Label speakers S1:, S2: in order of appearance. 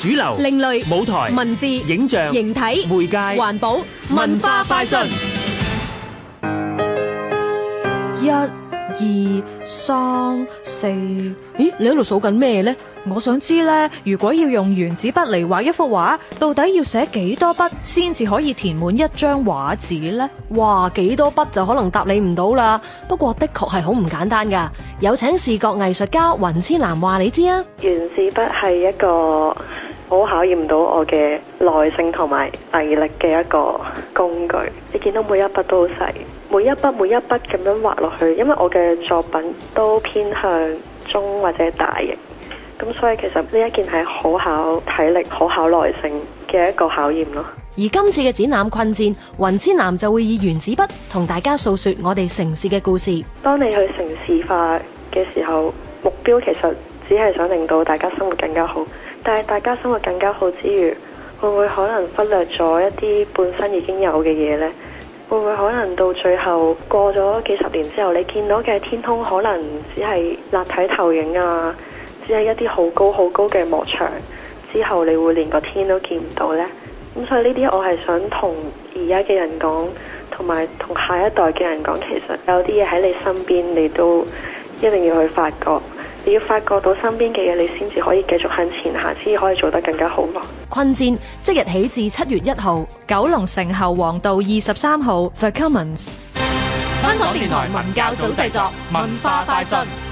S1: 主流、
S2: 另類
S1: 舞台、
S2: 文字、
S1: 影像、
S2: 形體、
S1: 媒介、
S2: 環保、文化快訊。
S3: 1、2、3、4，咦？你喺度數緊咩呢？我想知呢，如果要用原子筆嚟畫一幅畫，到底要寫幾多筆先至可以填滿一張畫紙呢？
S4: 哇，幾多筆就可能答你唔到啦。不過的確係好唔簡單噶。有請視覺藝術家雲千南話你知啊。
S5: 原子筆係一個好考驗到我嘅耐性同埋毅力嘅一個工具。你見到每一筆都好細，每一筆咁樣畫落去，因為我嘅作品都偏向中或者大型，咁所以其實呢一件係好考體力、好考耐性嘅一個考驗咯。
S4: 而今次嘅展覽困戰，雲千南就會以原子筆同大家訴說我哋城市嘅故事。
S5: 當你去城市化嘅時候，目標其實只係想令到大家生活更加好，但係大家生活更加好之餘，會唔會可能忽略咗一啲本身已經有嘅嘢呢？會唔會可能到最後過咗幾十年之後，你見到嘅天空可能只係立體投影啊，只係一啲好高好高嘅幕牆，之後你會連個天都見唔到呢？咁所以呢啲我係想同而家嘅人講，同埋同下一代嘅人講，其實有啲嘢喺你身邊，你都一定要去發覺。你要發覺到身邊嘅嘢，你先至可以繼續向前行，先至可以做得更加好咯。
S4: 困戰即日起至7月1號，
S3: 九龍城後黃道23號 The Commons。
S2: 香港電台文教組製作，文化快訊。